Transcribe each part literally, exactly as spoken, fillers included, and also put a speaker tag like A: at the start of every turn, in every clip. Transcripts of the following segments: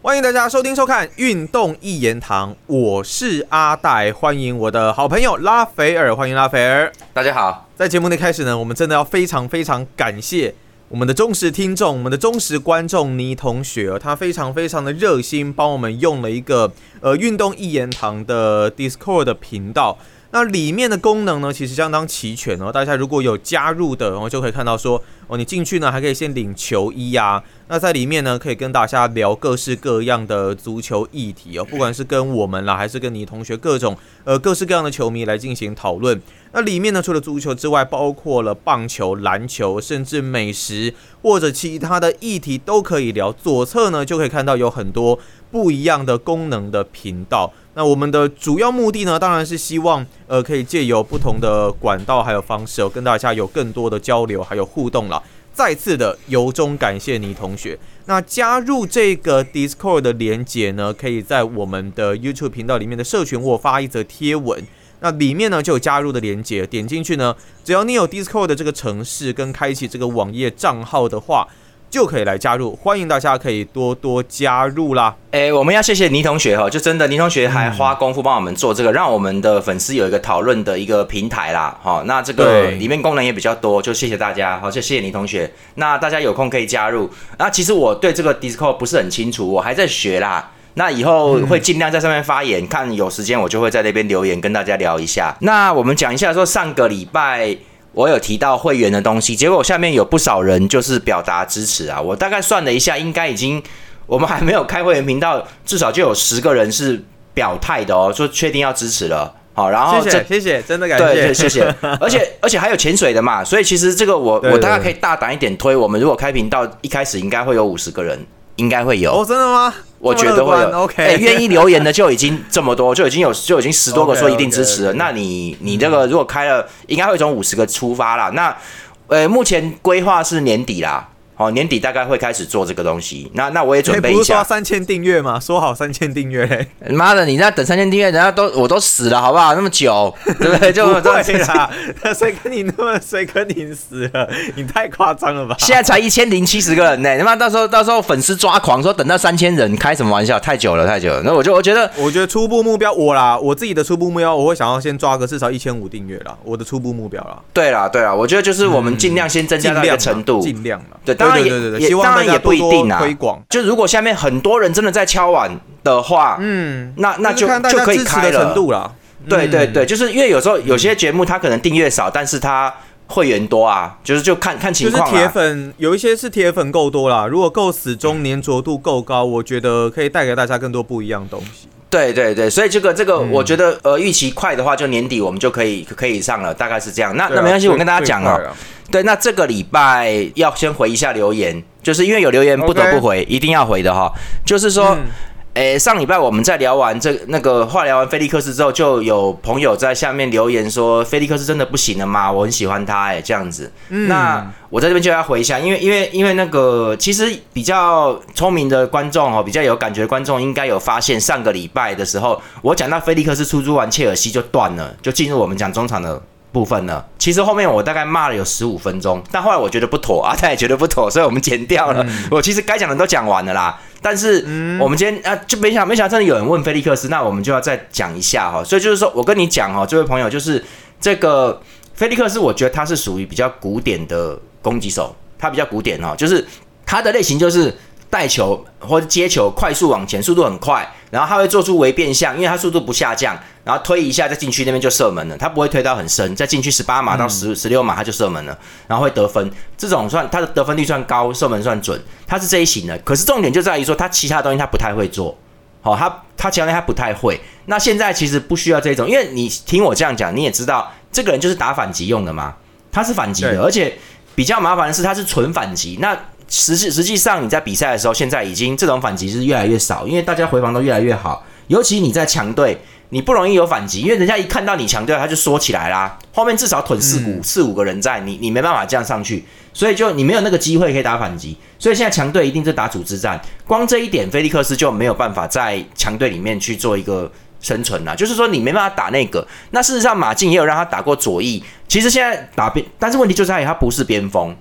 A: 欢迎大家收听收看《运动一言堂》，我是阿戴，欢迎我的好朋友拉斐尔，欢迎拉斐尔。
B: 大家好，
A: 在节目的开始呢，我们真的要非常非常感谢我们的忠实听众，我们的忠实观众倪同学，他非常非常的热心，帮我们用了一个呃运动一言堂的 Discord 的频道。那里面的功能呢，其实相当齐全哦。大家如果有加入的，然后就可以看到说，哦，你进去呢还可以先领球衣啊。那在里面呢，可以跟大家聊各式各样的足球议题哦，不管是跟我们啦，还是跟你同学各种呃各式各样的球迷来进行讨论。那里面呢，除了足球之外，包括了棒球、篮球，甚至美食或者其他的议题都可以聊。左侧呢，就可以看到有很多不一样的功能的频道。那我们的主要目的呢，当然是希望呃可以借由不同的管道还有方式、哦，跟大家有更多的交流还有互动啦。再次的由衷感谢倪同学。那加入这个 Discord 的连结呢，可以在我们的 YouTube 频道里面的社群我发一则贴文，那里面呢就有加入的连结，点进去呢，只要你有 Discord 的这个程式跟开启这个网页账号的话，就可以来加入，欢迎大家可以多多加入啦。
B: 欸、我们要谢谢倪同学哈，就真的倪同学还花功夫帮我们做这个，让我们的粉丝有一个讨论的一个平台啦。好，那这个里面功能也比较多，就谢谢大家，好，就谢谢倪同学。那大家有空可以加入。那其实我对这个 Discord 不是很清楚，我还在学啦。那以后会尽量在上面发言，嗯、看有时间我就会在那边留言跟大家聊一下。那我们讲一下说上个礼拜我有提到会员的东西，结果下面有不少人就是表达支持啊。我大概算了一下，应该已经我们还没有开会员频道，至少就有十个人是表态的哦，说确定要支持了。好，然后
A: 谢谢谢谢，真的感谢，
B: 对，谢谢。而且而且还有潜水的嘛，所以其实这个我我大概可以大胆一点推，我们如果开频道一开始应该会有五十个人，应该会有。
A: 哦，真的吗？
B: 我觉得会有。
A: OK，
B: 哎，愿意留言的就已经这么多，就已经有就已经十多个说一定支持了。Okay, okay, okay. 那你你这个如果开了，应该会从五十个出发啦。那呃，目前规划是年底啦。好，年底大概会开始做这个东西。那那我也准备一下。
A: 不是说三千订阅吗？说好三千订阅嘞。
B: 妈的，你在等三千订阅，人家都我都死了，好不好？那么久，对不对？就
A: 不会啦，谁跟你那么谁跟你死了？你太夸张了吧？
B: 现在才一千零七十个人呢，他妈到时候到时候粉丝抓狂，说等到三千人，开什么玩笑？太久了，太久了。那我就我觉得，
A: 我觉得初步目标我啦，我自己的初步目标，我会想要先抓个至少一千五订阅啦，我的初步目标啦。
B: 对啦，对啦，我觉得就是我们尽量先增加到一个程度，
A: 尽量啦。
B: 对，当然也
A: 对对对对，希望
B: 当然也不一定啊。
A: 推广，
B: 就如果下面很多人真的在敲碗的话，嗯，那那就就可以开了。
A: 程度啦，
B: 对对对，就是因为有时候有些节目它可能订阅少，但是它会员多啊，就是就看看情况啦。
A: 就是铁粉有一些是铁粉够多啦，如果够死忠，粘着度够高，我觉得可以带给大家更多不一样的东西。
B: 对对对，所以这个这个，我觉得呃，预期快的话，就年底我们就可以可以上了，大概是这样。那那没关系，我跟大家讲哦。对，那这个礼拜要先回一下留言，就是因为有留言不得不回， okay. 一定要回的哈。就是说，嗯诶，上礼拜我们在聊完这那个话聊完菲利克斯之后，就有朋友在下面留言说，菲利克斯真的不行了吗？我很喜欢他，哎，这样子。嗯、那我在这边就要回一下，因为因为因为那个其实比较聪明的观众哦，比较有感觉的观众应该有发现，上个礼拜的时候，我讲到菲利克斯出租完切尔西就断了，就进入我们讲中场的部分了。其实后面我大概骂了有十五分钟，但后来我觉得不妥啊，他也觉得不妥，所以我们剪掉了。嗯、我其实该讲的都讲完了啦。但是我们今天啊，就没想没想到真的有人问菲利克斯，那我们就要再讲一下哈。所以就是说我跟你讲哈，这位朋友就是这个菲利克斯，我觉得他是属于比较古典的攻击手，他比较古典哈，就是他的类型就是带球或者接球快速往前，速度很快，然后他会做出微变向，因为他速度不下降，然后推一下在禁区那边就射门了，他不会推到很深，在禁区十八码到十十六码他就射门了，然后会得分，这种算他的得分率算高，射门算准，他是这一型的。可是重点就在于说他其他东西他不太会做，好、哦，他他其他东西他不太会。那现在其实不需要这种，因为你听我这样讲，你也知道这个人就是打反击用的嘛，他是反击的，而且比较麻烦的是他是纯反击。那实际实际上你在比赛的时候，现在已经这种反击是越来越少，因为大家回防都越来越好，尤其你在强队，你不容易有反击，因为人家一看到你强队，他就缩起来啦，后面至少囤四五、嗯、四五个人在，你你没办法这样上去，所以就你没有那个机会可以打反击，所以现在强队一定是打组织战，光这一点，菲利克斯就没有办法在强队里面去做一个生存啦，就是说你没办法打那个。那事实上马竞也有让他打过左翼，其实现在打边，但是问题就在于他不是边锋。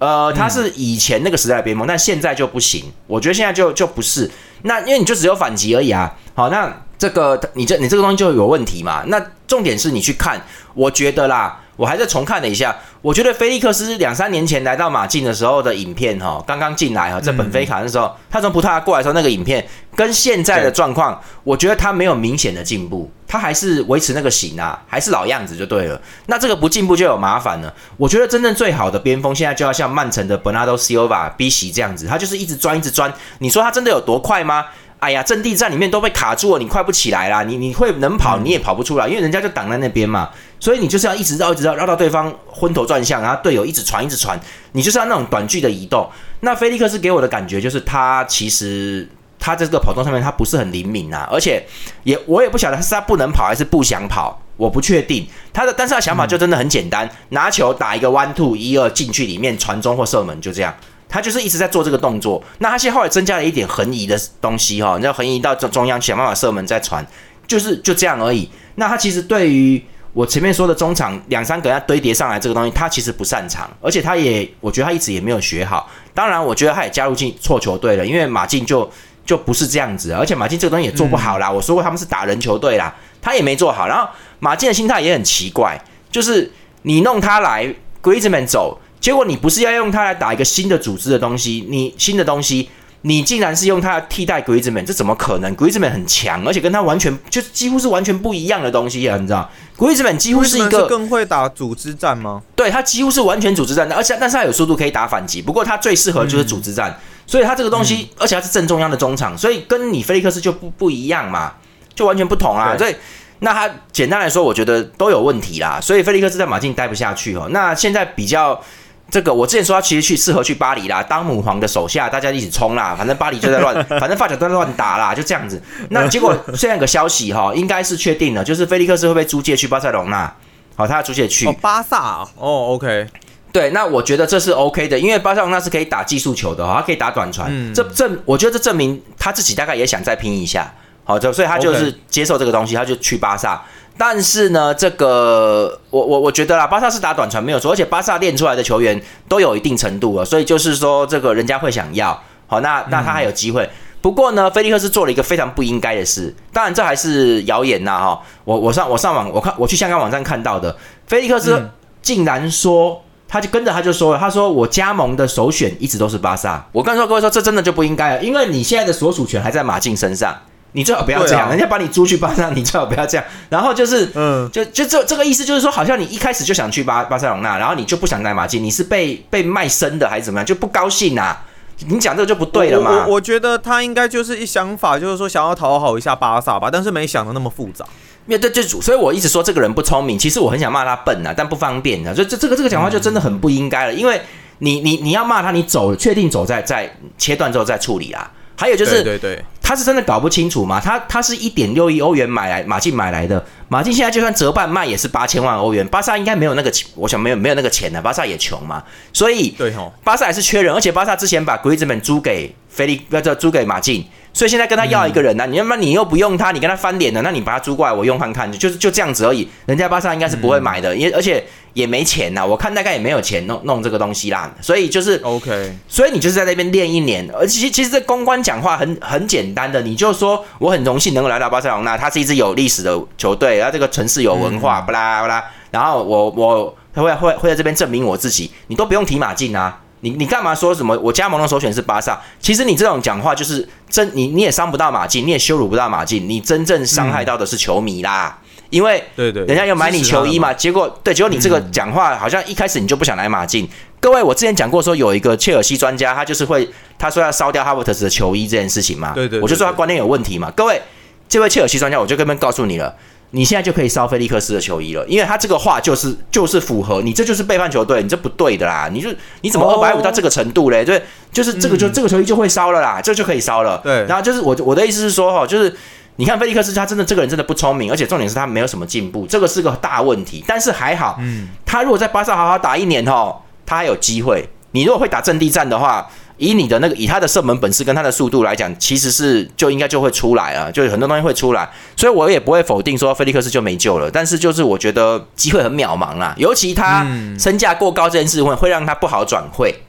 B: 呃，他是以前那个时代的边锋，但现在就不行。我觉得现在就就不是。那因为你就只有反击而已啊。好，那这个你这你这个东西就有问题嘛。那重点是你去看，我觉得啦，我还是重看了一下，我觉得菲利克斯两三年前来到马竞的时候的影片哈，刚刚进来哈，在本菲卡的时候，嗯、他从葡萄牙过来的时候那个影片，跟现在的状况，我觉得他没有明显的进步，他还是维持那个型啊，还是老样子就对了。那这个不进步就有麻烦了。我觉得真正最好的边锋现在就要像曼城的 Bernardo Silva、B 席这样子，他就是一直钻一直钻。你说他真的有多快吗？哎呀，阵地战里面都被卡住了，你快不起来啦！你你会能跑，你也跑不出来，因为人家就挡在那边嘛。所以你就是要一直绕，一直绕，绕到对方昏头转向，然后队友一直传，一直传，你就是要那种短距的移动。那菲利克斯给我的感觉就是他其实他在这个跑动上面他不是很灵敏啊，而且也我也不晓得是他不能跑还是不想跑，我不确定他的，但是他想法就真的很简单，拿球打一个 one two 一二进去里面传中或射门，就这样。他就是一直在做这个动作，那他现在后来增加了一点横移的东西哈，你要横移到中央想办法射门再传，就是就这样而已。那他其实对于我前面说的中场两三个人堆叠上来这个东西，他其实不擅长，而且他也我觉得他一直也没有学好。当然，我觉得他也加入进错球队了，因为马竞就就不是这样子，而且马竞这个东西也做不好啦。嗯、我说过他们是打人球队啦，他也没做好。然后马竞的心态也很奇怪，就是你弄他来 ，Griezmann 走。结果你不是要用它来打一个新的组织的东西，你新的东西，你竟然是用它来替代 Griezmann， 这怎么可能 ？Griezmann 很强，而且跟他完全就几乎是完全不一样的东西啊，你知道 ？Griezmann 几乎是一个
A: 是更会打组织战吗？
B: 对，他几乎是完全组织战的，而且但是他有速度可以打反击，不过他最适合就是组织战，嗯、所以他这个东西，嗯、而且他是正中央的中场，所以跟你菲利克斯就不不一样嘛，就完全不同啊，所以。那他简单来说，我觉得都有问题啦，所以菲利克斯在马竞待不下去哦。那现在比较。这个我之前说他其实去适合去巴黎啦，当母皇的手下，大家一起冲啦，反正巴黎就在乱，反正发小都在乱打啦，就这样子。那结果现在有个消息哈，应该是确定了，就是菲利克斯会被租借去巴塞隆纳，好，他要租借去。
A: 哦，巴萨哦 ，OK，
B: 对，那我觉得这是 OK 的，因为巴塞隆纳是可以打技术球的，他可以打短传，嗯、这证我觉得这证明他自己大概也想再拼一下，好，所以他就是接受这个东西，他就去巴萨。但是呢，这个我我我觉得啦，巴萨是打短传没有错，而且巴萨练出来的球员都有一定程度了，所以就是说这个人家会想要，好，那那他还有机会。嗯、不过呢，菲利克斯做了一个非常不应该的事，当然这还是谣言呐哈。我我上我上网我看我去香港网站看到的，菲利克斯竟然说。嗯他就跟着他就说了，他说我加盟的首选一直都是巴萨。我跟说各位说，这真的就不应该了，因为你现在的所属权还在马竞身上，你最好不要这样，啊、人家把你租去巴萨，你最好不要这样。然后就是，嗯，就就这这个意思就是说，好像你一开始就想去巴巴塞隆纳，然后你就不想来马竞，你是被被卖身的还是怎么样，就不高兴啊？你讲这个就不对了嘛。
A: 我 我, 我觉得他应该就是一想法，就是说想要讨好一下巴萨吧，但是没想的那么复杂。
B: 面对这组，所以我一直说这个人不聪明。其实我很想骂他笨啊，但不方便啊。所以这这个这个讲话就真的很不应该了，因为你你你要骂他，你走确定走在在切断之后再处理啦。还有就是，
A: 对对对，
B: 他是真的搞不清楚嘛？他他是一点六亿欧元买来马竞买来的，马竞现在就算折半卖也是八千万欧元。巴萨应该没有那个，我想没有没有那个钱的，巴萨也穷嘛，所以
A: 对吼，
B: 巴萨还是缺人，而且巴萨之前把 Griezmann 租给菲利，不要租给马竞。所以现在跟他要一个人啊，嗯、你要不然你又不用他，你跟他翻脸了，那你把他租过来，我用看看，就就这样子而已。人家巴萨应该是不会买的，因、嗯、而且也没钱呐，我看大概也没有钱弄弄这个东西啦。所以就是
A: OK，
B: 所以你就是在那边练一年，而且其实这公关讲话很很简单的，你就说我很荣幸能够来到巴塞隆纳，它是一支有历史的球队，然后这个城市有文化，巴拉巴拉，然后我我会会会在这边证明我自己，你都不用提马竞啊。你你干嘛说什么？我加盟的首选是巴萨。其实你这种讲话就是真，你你也伤不到马竞，你也羞辱不到马竞，你真正伤害到的是球迷啦。嗯、因为对对，人家要买你球衣嘛，结果对，结果你这个讲话好像一开始你就不想来马竞。各位，我之前讲过说有一个切尔西专家，他就是会他说要烧掉哈维特斯的球衣这件事情嘛，对 对, 对, 对, 对，我就说他观念有问题嘛。各位，这位切尔西专家，我就跟他们告诉你了。你现在就可以烧菲利克斯的球衣了，因为他这个话就是就是符合你，这就是背叛球队，你这不对的啦！你就你怎么二百五到这个程度嘞？对，就是这个就、嗯、这个球衣就会烧了啦，这就可以烧了。对，然后就是我我的意思是说哈，就是你看菲利克斯他真的这个人真的不聪明，而且重点是他没有什么进步，这个是个大问题。但是还好，嗯，他如果在巴萨好好打一年哈，他还有机会。你如果会打阵地战的话。以你的那个，以他的射门本事跟他的速度来讲，其实是就应该就会出来了，就很多东西会出来，所以我也不会否定说菲利克斯就没救了。但是就是我觉得机会很渺茫啦，尤其他身价过高这件事会会让他不好转会。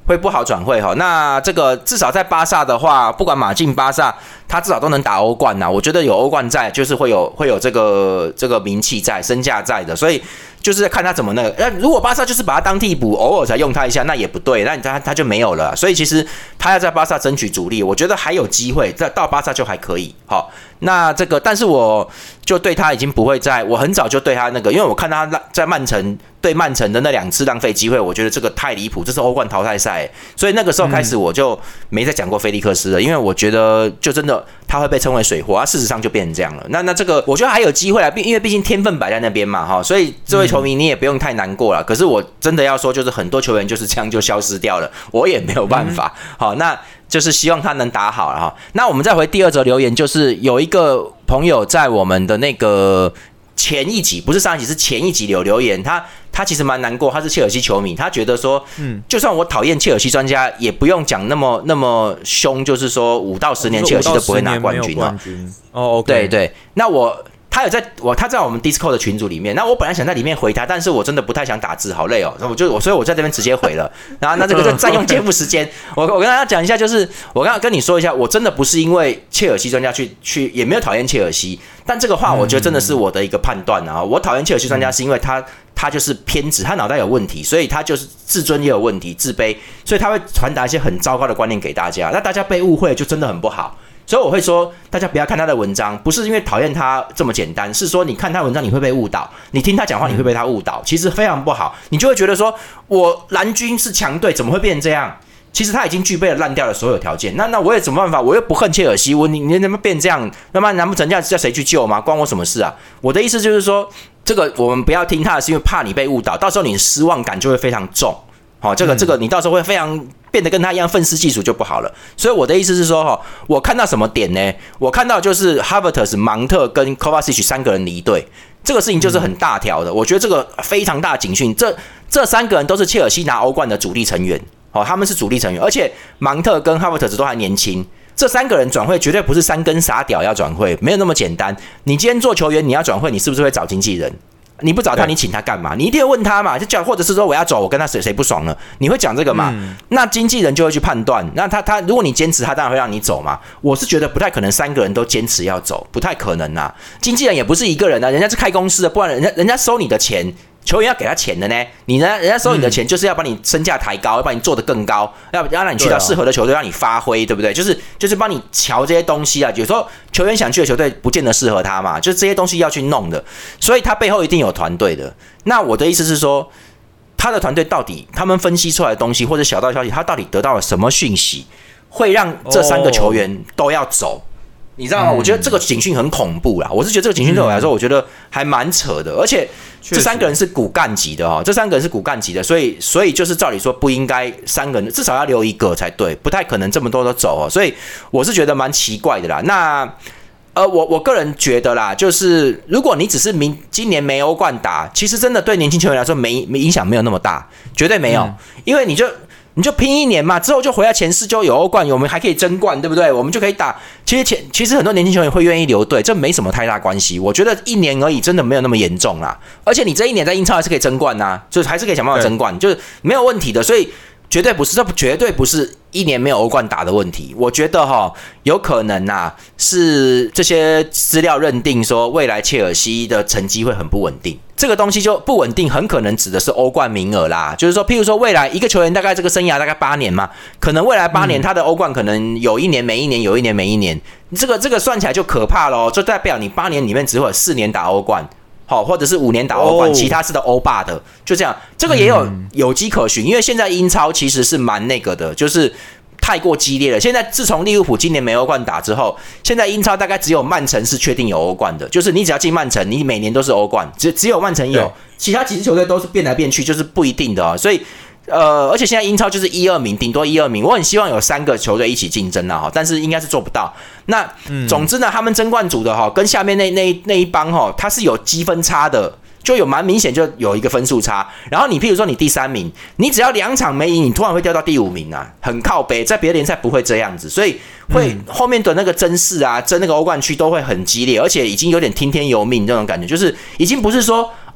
B: 会不好转会哈。那这个至少在巴萨的话，不管马竞、巴萨，他至少都能打欧冠呐。我觉得有欧冠在，就是会有会有这个这个名气在、身价在的，所以就是看他怎么那个。那如果巴萨就是把他当替补，偶尔才用他一下，那也不对，那他他就没有了。所以其实他要在巴萨争取主力，我觉得还有机会，到巴萨就还可以。好，那这个，但是我就对他已经不会再，我很早就对他那个，因为我看他在曼城对曼城的那两次浪费机会，我觉得这个太离谱，这是欧冠淘汰赛，所以那个时候开始我就没再讲过菲利克斯了，因为我觉得就真的他会被称为水货，他事实上就变成这样了。那那这个我觉得还有机会啦，因为毕竟天分摆在那边嘛，哈，所以这位球迷你也不用太难过了。可是我真的要说，就是很多球员就是这样就消失掉了，我也没有办法。好，那就是希望他能打好了哈。那我们再回第二则留言，就是有一个朋友在我们的那个前一集，不是上一集，是前一集有留言，他他其实蛮难过，他是切尔西球迷，他觉得说，嗯，就算我讨厌切尔西专家，也不用讲那么那么凶，就是说五到十年切尔西都不会拿冠军哦。
A: 哦 ，OK，
B: 对对，那我。他有在我他在我们 Discord 的群组里面，那我本来想在里面回他，但是我真的不太想打字，好累哦，我就我所以我在这边直接回了。然后那这个就占用节目时间，我我跟大家讲一下，就是我刚刚跟你说一下，我真的不是因为切尔西专家去去，也没有讨厌切尔西，但这个话我觉得真的是我的一个判断啊。我讨厌切尔西专家是因为他他就是偏执，他脑袋有问题，所以他就是自尊也有问题，自卑，所以他会传达一些很糟糕的观念给大家，那大家被误会就真的很不好。所以我会说，大家不要看他的文章，不是因为讨厌他这么简单，是说你看他文章你会被误导，你听他讲话你会被他误导，其实非常不好。你就会觉得说，我蓝军是强队，怎么会变成这样？其实他已经具备了烂掉的所有条件。那那我也怎么办法？我又不恨切尔西，我你你怎么变这样？那么难不成叫叫谁去救吗？关我什么事啊？我的意思就是说，这个我们不要听他的，是因为怕你被误导，到时候你失望感就会非常重。好，这个这个你到时候会非常变得跟他一样愤世嫉俗就不好了。所以我的意思是说，哈，我看到什么点呢？我看到就是 Havertz、芒特跟 Kovacic 三个人离队，这个事情就是很大条的。我觉得这个非常大警讯。这这三个人都是切尔西拿欧冠的主力成员，好，他们是主力成员，而且芒特跟 Havertz 都还年轻。这三个人转会绝对不是三根傻屌要转会，没有那么简单。你今天做球员，你要转会，你是不是会找经纪人？你不找他，你请他干嘛？你一定会问他嘛，就讲，或者是说我要走，我跟他谁谁不爽了，你会讲这个嘛？嗯、那经纪人就会去判断。那他他，如果你坚持，他当然会让你走嘛。我是觉得不太可能三个人都坚持要走，不太可能啊。经纪人也不是一个人啊，人家是开公司的，不然人家人家收你的钱。球员要给他钱的呢，你呢？人家收你的钱就是要把你身价抬高，要把你做得更高，要要让你去到适合的球队，让你发挥，对不对？就是就是帮你瞧这些东西啊。有时候球员想去的球队不见得适合他嘛，就是这些东西要去弄的，所以他背后一定有团队的。那我的意思是说，他的团队到底他们分析出来的东西或者小道消息，他到底得到了什么讯息，会让这三个球员都要走？你知道吗？嗯、我觉得这个警讯很恐怖啦。我是觉得这个警讯对我来说，我觉得还蛮扯的，而且。这三个人是骨干级的哈，这三个人是骨干级的，所以所以就是照理说不应该三个人，至少要留一个才对，不太可能这么多都走哦，所以我是觉得蛮奇怪的啦。那呃，我我个人觉得啦，就是如果你只是明今年没欧冠打，其实真的对年轻球员来说没没影响没有那么大，绝对没有，嗯、因为你就。你就拼一年嘛，之后就回来前四就有欧冠，我们还可以争冠，对不对？我们就可以打。其实前其实很多年轻球员会愿意留队，这没什么太大关系。我觉得一年而已，真的没有那么严重啦。而且你这一年在英超还是可以争冠呐、啊，就是还是可以想办法争冠，就是没有问题的。所以绝对不是，这绝对不是一年没有欧冠打的问题。我觉得哈，有可能呐、啊，是这些资料认定说未来切尔西的成绩会很不稳定。这个东西就不稳定，很可能指的是欧冠名额啦。就是说，譬如说，未来一个球员大概这个生涯大概八年嘛，可能未来八年他的欧冠可能有一年没一年，有一年没一年，这个这个算起来就可怕咯，就代表你八年里面只会有四年打欧冠，好，或者是五年打欧冠，哦、其他是的欧霸的，就这样。这个也有有迹可循，因为现在英超其实是蛮那个的，就是。太过激烈了。现在自从利物浦今年没欧冠打之后，现在英超大概只有曼城是确定有欧冠的，就是你只要进曼城，你每年都是欧冠，只只有曼城有，其他几支球队都是变来变去，就是不一定的哦。所以呃，而且现在英超就是一二名，顶多一二名。我很希望有三个球队一起竞争啦，但是应该是做不到。那总之呢，他们争冠组的哈，跟下面那那那一帮哈，它是有积分差的。就有蛮明显，就有一个分数差。然后你譬如说你第三名，你只要两场没赢，你突然会掉到第五名啊，很靠北。在别的联赛不会这样子，所以会后面的那个争势啊，争那个欧冠区都会很激烈，而且已经有点听天由命这种感觉，就是已经不是说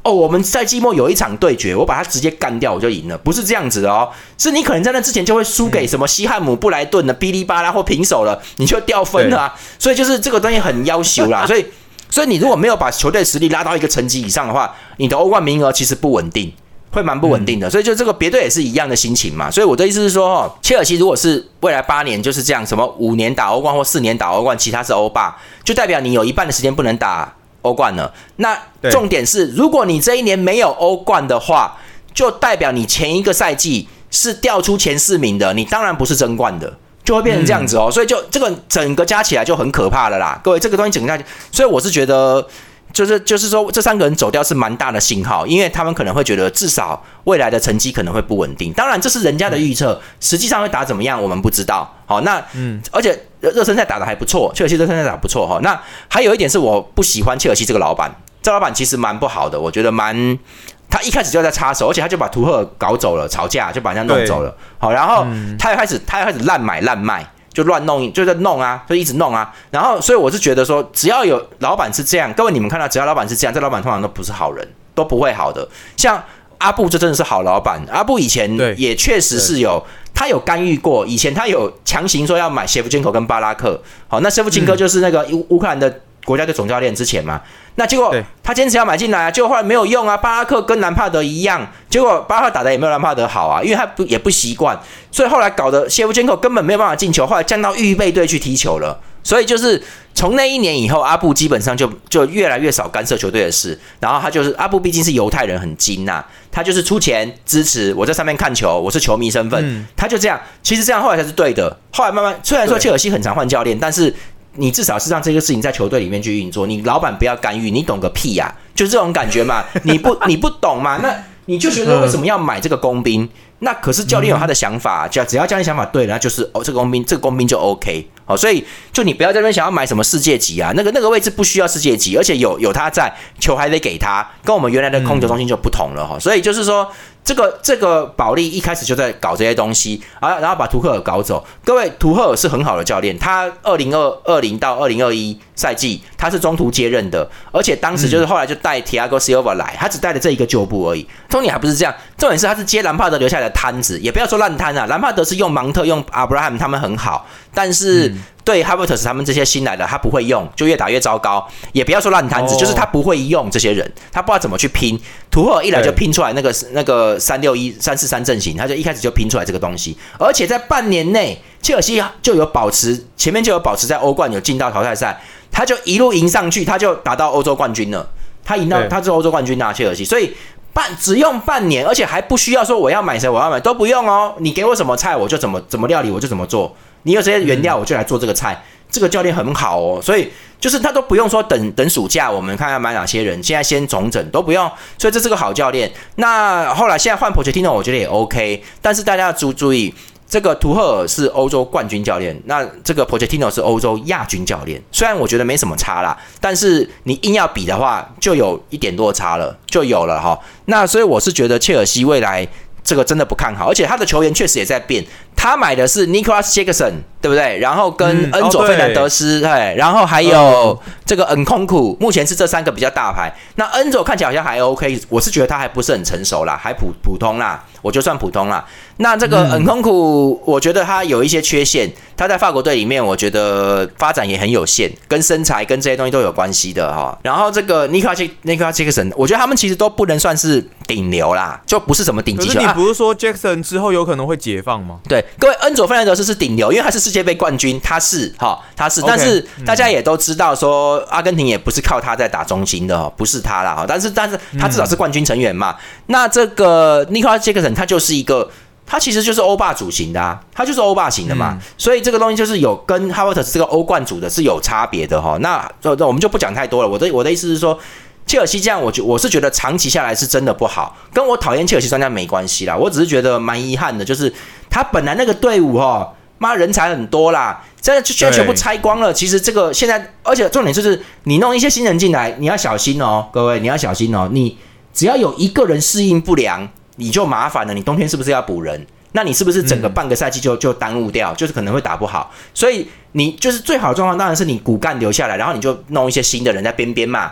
B: 哦，我们在季末有一场对决，我把他直接干掉我就赢了，不是这样子的哦，是你可能在那之前就会输给什么西汉姆、布莱顿的哔哩吧啦或平手了，你就掉分了啊，所以就是这个东西很要求啦，所以所以你如果没有把球队实力拉到一个层级以上的话，你的欧冠名额其实不稳定。会蛮不稳定的，所以就这个别队也是一样的心情嘛。所以我的意思是说，切尔西如果是未来八年就是这样，什么五年打欧冠或四年打欧冠，其他是欧霸，就代表你有一半的时间不能打欧冠了。那重点是，如果你这一年没有欧冠的话，就代表你前一个赛季是掉出前四名的，你当然不是争冠的。就会变成这样子哦，所以就这个整个加起来就很可怕了啦，各位，这个东西整个加起来，所以我是觉得。就是就是说，这三个人走掉是蛮大的信号，因为他们可能会觉得至少未来的成绩可能会不稳定。当然，这是人家的预测，实际上会打怎么样，我们不知道。好，那嗯，而且热身赛打得还不错，切尔西热身赛打得不错哈。那还有一点是我不喜欢切尔西这个老板，这老板其实蛮不好的，我觉得蛮。他一开始就在插手，而且他就把图赫尔搞走了，吵架就把人家弄走了。好，然后他又开始他又开始烂买烂卖。就乱弄，就在弄啊，就一直弄啊。然后，所以我是觉得说，只要有老板是这样，各位你们看到，只要老板是这样，这老板通常都不是好人，都不会好的。像阿布，这真的是好老板。阿布以前也确实是有，他有干预过，以前他有强行说要买谢夫金科跟巴拉克。好，那谢夫金科就是那个乌乌克兰的国家队总教练之前嘛。那结果他坚持要买进来啊，结果后来没有用啊。巴拉克跟兰帕德一样，结果巴拉克打的也没有兰帕德好啊，因为他不也不习惯，所以后来搞得谢夫金科根本没有办法进球，后来降到预备队去踢球了。所以就是从那一年以后，阿布基本上就就越来越少干涉球队的事。然后他就是阿布，毕竟是犹太人，很精呐、啊，他就是出钱支持我在上面看球，我是球迷身份，嗯、他就这样。其实这样后来才是对的。后来慢慢，虽然说切尔西很常换教练，但是。你至少是让这个事情在球队里面去运作，你老板不要干预，你懂个屁呀、啊，就是这种感觉嘛。你不你不懂嘛，那你就觉得为什么要买这个工兵？那可是教练有他的想法，只要教练想法对了，那就是哦，这个工兵这个工兵就 OK。好，所以就你不要在那边想要买什么世界级啊，那个那个位置不需要世界级，而且有有他在，球还得给他，跟我们原来的控球中心就不同了哈。所以就是说。这个这个保利一开始就在搞这些东西，啊，然后把图赫尔搞走。各位，图赫尔是很好的教练，他二零二零到二零二一赛季他是中途接任的，而且当时就是后来就带 Thiago Silva 来，他只带了这一个旧部而已。重点还不是这样，重点是他是接兰帕德留下来的摊子，也不要说烂摊啊，兰帕德是用芒特用 Abraham 他们很好，但是。嗯对 Havertz 他们这些新来的，他不会用，就越打越糟糕。也不要说烂摊子， oh. 就是他不会用这些人，他不知道怎么去拼。图赫尔一来就拼出来那个那个三六一三四三阵型，他就一开始就拼出来这个东西，而且在半年内，切尔西就有保持前面就有保持在欧冠有进到淘汰赛，他就一路赢上去，他就打到欧洲冠军了。他赢到他是欧洲冠军啊，切尔西，所以。半只用半年，而且还不需要说我要买谁，我要买都不用哦。你给我什么菜，我就怎么怎么料理，我就怎么做。你有这些原料，我就来做这个菜。这个教练很好哦，所以就是他都不用说等等暑假，我们看要买哪些人，现在先重整都不用，所以这是个好教练。那后来现在换 Pochettino， 我觉得也 OK， 但是大家要注注意。这个图赫尔是欧洲冠军教练，那这个 Pochettino 是欧洲亚军教练。虽然我觉得没什么差啦，但是你硬要比的话，就有一点落差了，就有了哈。那所以我是觉得切尔西未来这个真的不看好，而且他的球员确实也在变。他买的是 Nicolas Jackson， 对不对？然后跟恩佐费南德斯，对、嗯哦，然后还有这个恩空库，目前是这三个比较大牌。那恩佐看起来好像还 OK， 我是觉得他还不是很成熟啦，还普普通啦，我就算普通啦。那这个恩空库，我觉得他有一些缺陷，他在法国队里面，我觉得发展也很有限，跟身材跟这些东西都有关系的哈。然后这个 Nicolas Nicolas Jackson， 我觉得他们其实都不能算是顶流啦，就不是什么顶级球。
A: 可是你不是说 Jackson 之后有可能会解放吗？
B: 对。各位，恩佐费南德斯是顶流，因为他是世界杯冠军，他是哈，他是， okay, 但是大家也都知道说，阿根廷也不是靠他在打中心的，不是他啦哈，但是但是他至少是冠军成员嘛。嗯、那这个 Nicolas Jackson 他就是一个，他其实就是欧霸主型的啊，他就是欧霸型的嘛，嗯、所以这个东西就是有跟 Havertz 这个欧冠组的是有差别的哈。那我们就不讲太多了，我的我的意思是说。切尔西这样我，我是觉得长期下来是真的不好，跟我讨厌切尔西专家没关系啦。我只是觉得蛮遗憾的，就是他本来那个队伍哈，妈人才很多啦，现在现在全部拆光了。其实这个现在，而且重点就是你弄一些新人进来，你要小心哦，各位你要小心哦。你只要有一个人适应不良，你就麻烦了。你冬天是不是要补人？那你是不是整个半个赛季就就耽误掉？就是可能会打不好。所以你就是最好的状况，当然是你骨干留下来，然后你就弄一些新的人在边边嘛。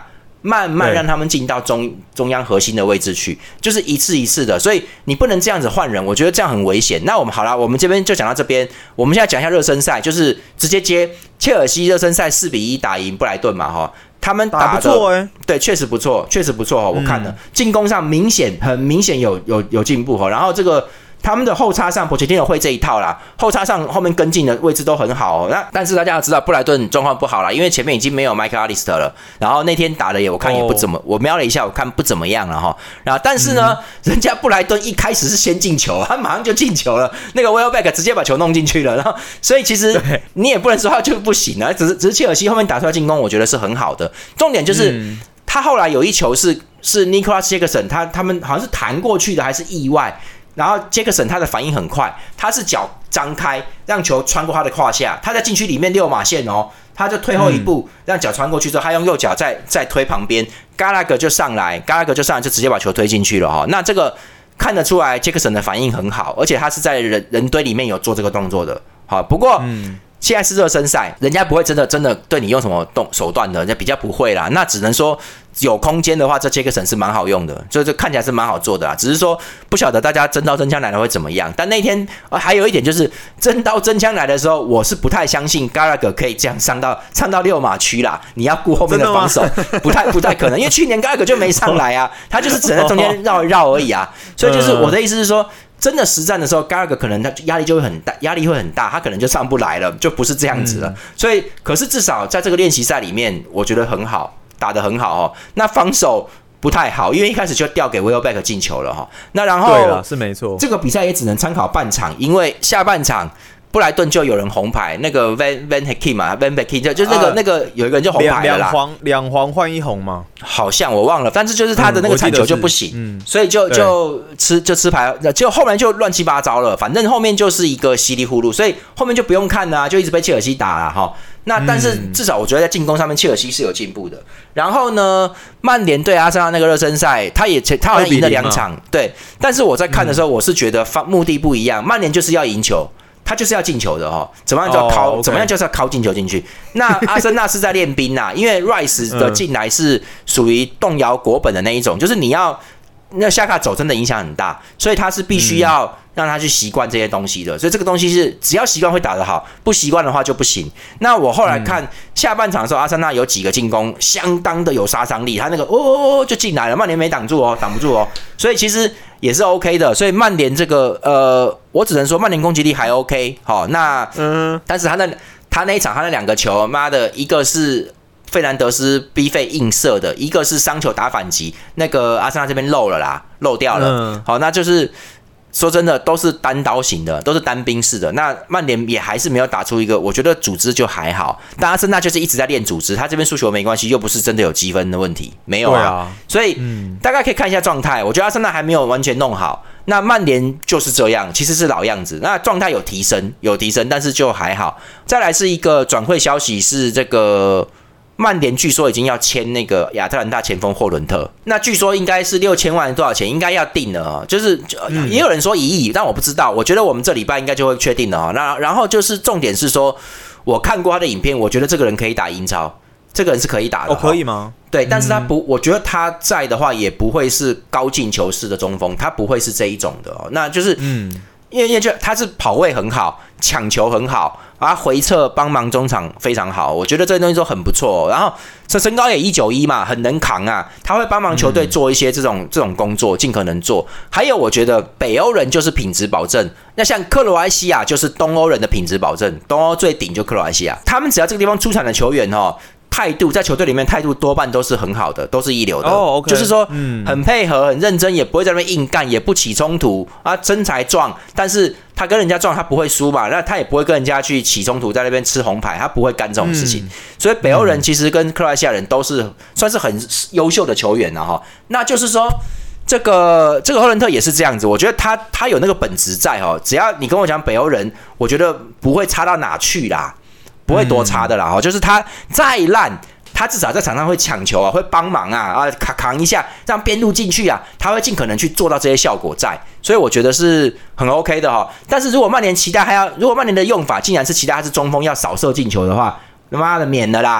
B: 慢慢让他们进到中中央核心的位置去，就是一次一次的，所以你不能这样子换人，我觉得这样很危险。那我们好了，我们这边就讲到这边，我们现在讲一下热身赛，就是直接接切尔西热身赛四比一打赢布莱顿嘛，哈。他们打的
A: 不错哎，
B: 对，确实不错，确实不错哦。我看了，嗯、进攻上明显很明显有有有进步哈。然后这个他们的后插上，波切蒂诺会这一套啦，后插上后面跟进的位置都很好哦。那但是大家要知道，布莱顿状况不好啦，因为前面已经没有麦克阿利斯特了。然后那天打的也我看也不怎么，哦、我瞄了一下，我看不怎么样了哈。然后但是呢，嗯、人家布莱顿一开始是先进球，他马上就进球了，那个 Welbeck 直接把球弄进去了。然后所以其实你也不能说他就不行啊，只是只是切尔西后面打出来进攻，我觉得是很好的。重点就是。嗯他后来有一球是是 Nicholas Jackson， 他他们好像是弹过去的还是意外，然后 Jackson 他的反应很快，他是脚张开让球穿过他的胯下，他在禁区里面六码线哦，他就退后一步，嗯、让脚穿过去之后，他用右脚再再推旁边 ，Gallagher 就上来 ，Gallagher 就上来就直接把球推进去了哈、哦。那这个看得出来 Jackson 的反应很好，而且他是在人人堆里面有做这个动作的。好，不过。嗯现在是热身赛，人家不会真的真的对你用什么动手段的，人家比较不会啦。那只能说有空间的话，这杰克森是蛮好用的，所以这看起来是蛮好做的啦。只是说不晓得大家真刀真枪来了会怎么样。但那天、呃、还有一点就是真刀真枪来的时候，我是不太相信 Gallagher 可以这样上到上到六码区啦。你要顾后面的防守，不太不太可能，因为去年 Gallagher 就没上来啊，他就是只能在中间绕一绕而已啊。所以就是我的意思是说。真的实战的时候 ，Gallagher 可能他压力就会很大，压力会很大，他可能就上不来了，就不是这样子了。嗯、所以，可是至少在这个练习赛里面，我觉得很好，打得很好哦。那防守不太好，因为一开始就掉给 Welbeck 进球了哈。那然后
A: 对了，是没错，
B: 这个比赛也只能参考半场，因为下半场。布莱顿就有人红牌，那个 Van Van Hekim 嘛 ，Van Hekim 就就是那个、啊、那个有一个人就红牌了啦，
A: 两黄两黄换一红嘛，
B: 好像我忘了，但是就是他的那个铲球就不行，嗯、所以就就吃就吃牌，就后面就乱七八糟了，反正后面就是一个稀里糊涂，所以后面就不用看了、啊，就一直被切尔西打了哈。那但是至少我觉得在进攻上面，切尔西是有进步的。然后呢，曼联对阿森纳那个热身赛，他也他好像赢了两场，对。但是我在看的时候，我是觉得目的不一样，曼联就是要赢球。他就是要进球的哦，怎么样就要敲， oh, okay. 怎么样就是要敲进球进去。那阿森纳是在练兵呐，因为 Rice 的进来是属于动摇国本的那一种，嗯、就是你要那下卡走真的影响很大，所以他是必须要让他去习惯这些东西的。所以这个东西是只要习惯会打得好，不习惯的话就不行。那我后来看下半场的时候，阿森纳有几个进攻相当的有杀伤力，他那个哦就进来了，曼联没挡住哦，挡不住哦，所以其实。也是 OK 的，所以曼联这个呃，我只能说曼联攻击力还 OK 好、哦，那嗯，但是他那他那一场他那两个球，妈的，一个是费南德斯逼费硬射的，一个是伤球打反击，那个阿森纳这边漏了啦，漏掉了，嗯、好，那就是。说真的，都是单刀型的，都是单兵式的。那曼联也还是没有打出一个，我觉得组织就还好。但阿森纳就是一直在练组织，他这边输球没关系，又不是真的有积分的问题，没有 啊, 啊。所以、嗯、大概可以看一下状态，我觉得阿森纳还没有完全弄好。那曼联就是这样，其实是老样子。那状态有提升，有提升，但是就还好。再来是一个转会消息，是这个。曼联据说已经要签那个亚特兰大前锋霍伦特，那据说应该是六千万多少钱，应该要定了哦。就是也有人说一亿，但我不知道。我觉得我们这礼拜应该就会确定了哦。那然后就是重点是说，我看过他的影片，我觉得这个人可以打英超，这个人是可以打的。
A: 哦，可以吗？
B: 对，但是他不，我觉得他在的话也不会是高进球式的中锋，他不会是这一种的哦。那就是嗯。因为因为就他是跑位很好，抢球很好，啊回撤帮忙中场非常好，我觉得这些东西都很不错、哦。然后这身高也一九一嘛，很能扛啊，他会帮忙球队做一些这种、嗯、这种工作，尽可能做。还有我觉得北欧人就是品质保证，那像克罗埃西亚就是东欧人的品质保证，东欧最顶就克罗埃西亚，他们只要这个地方出产的球员哦。态度在球队里面态度多半都是很好的，都是一流的。
A: 哦、okay,
B: 就是说，嗯，很配合、很认真，也不会在那边硬干，也不起冲突啊，身材壮，但是他跟人家撞，他不会输嘛，那他也不会跟人家去起冲突，在那边吃红牌，他不会干这种事情。嗯、所以北欧人其实跟克罗埃西亚人都是算是很优秀的球员了哈。那就是说。这个这个霍伦特也是这样子，我觉得他他有那个本质在哦，只要你跟我讲北欧人，我觉得不会差到哪去啦。不会多差的啦，嗯、就是他再烂，他至少在场上会抢球啊，会帮忙啊，啊扛一下，让边路进去啊，他会尽可能去做到这些效果在，所以我觉得是很 OK 的哈。但是如果曼联期待还要，如果曼联的用法竟然是期待他是中锋要扫射进球的话，他妈的免了啦，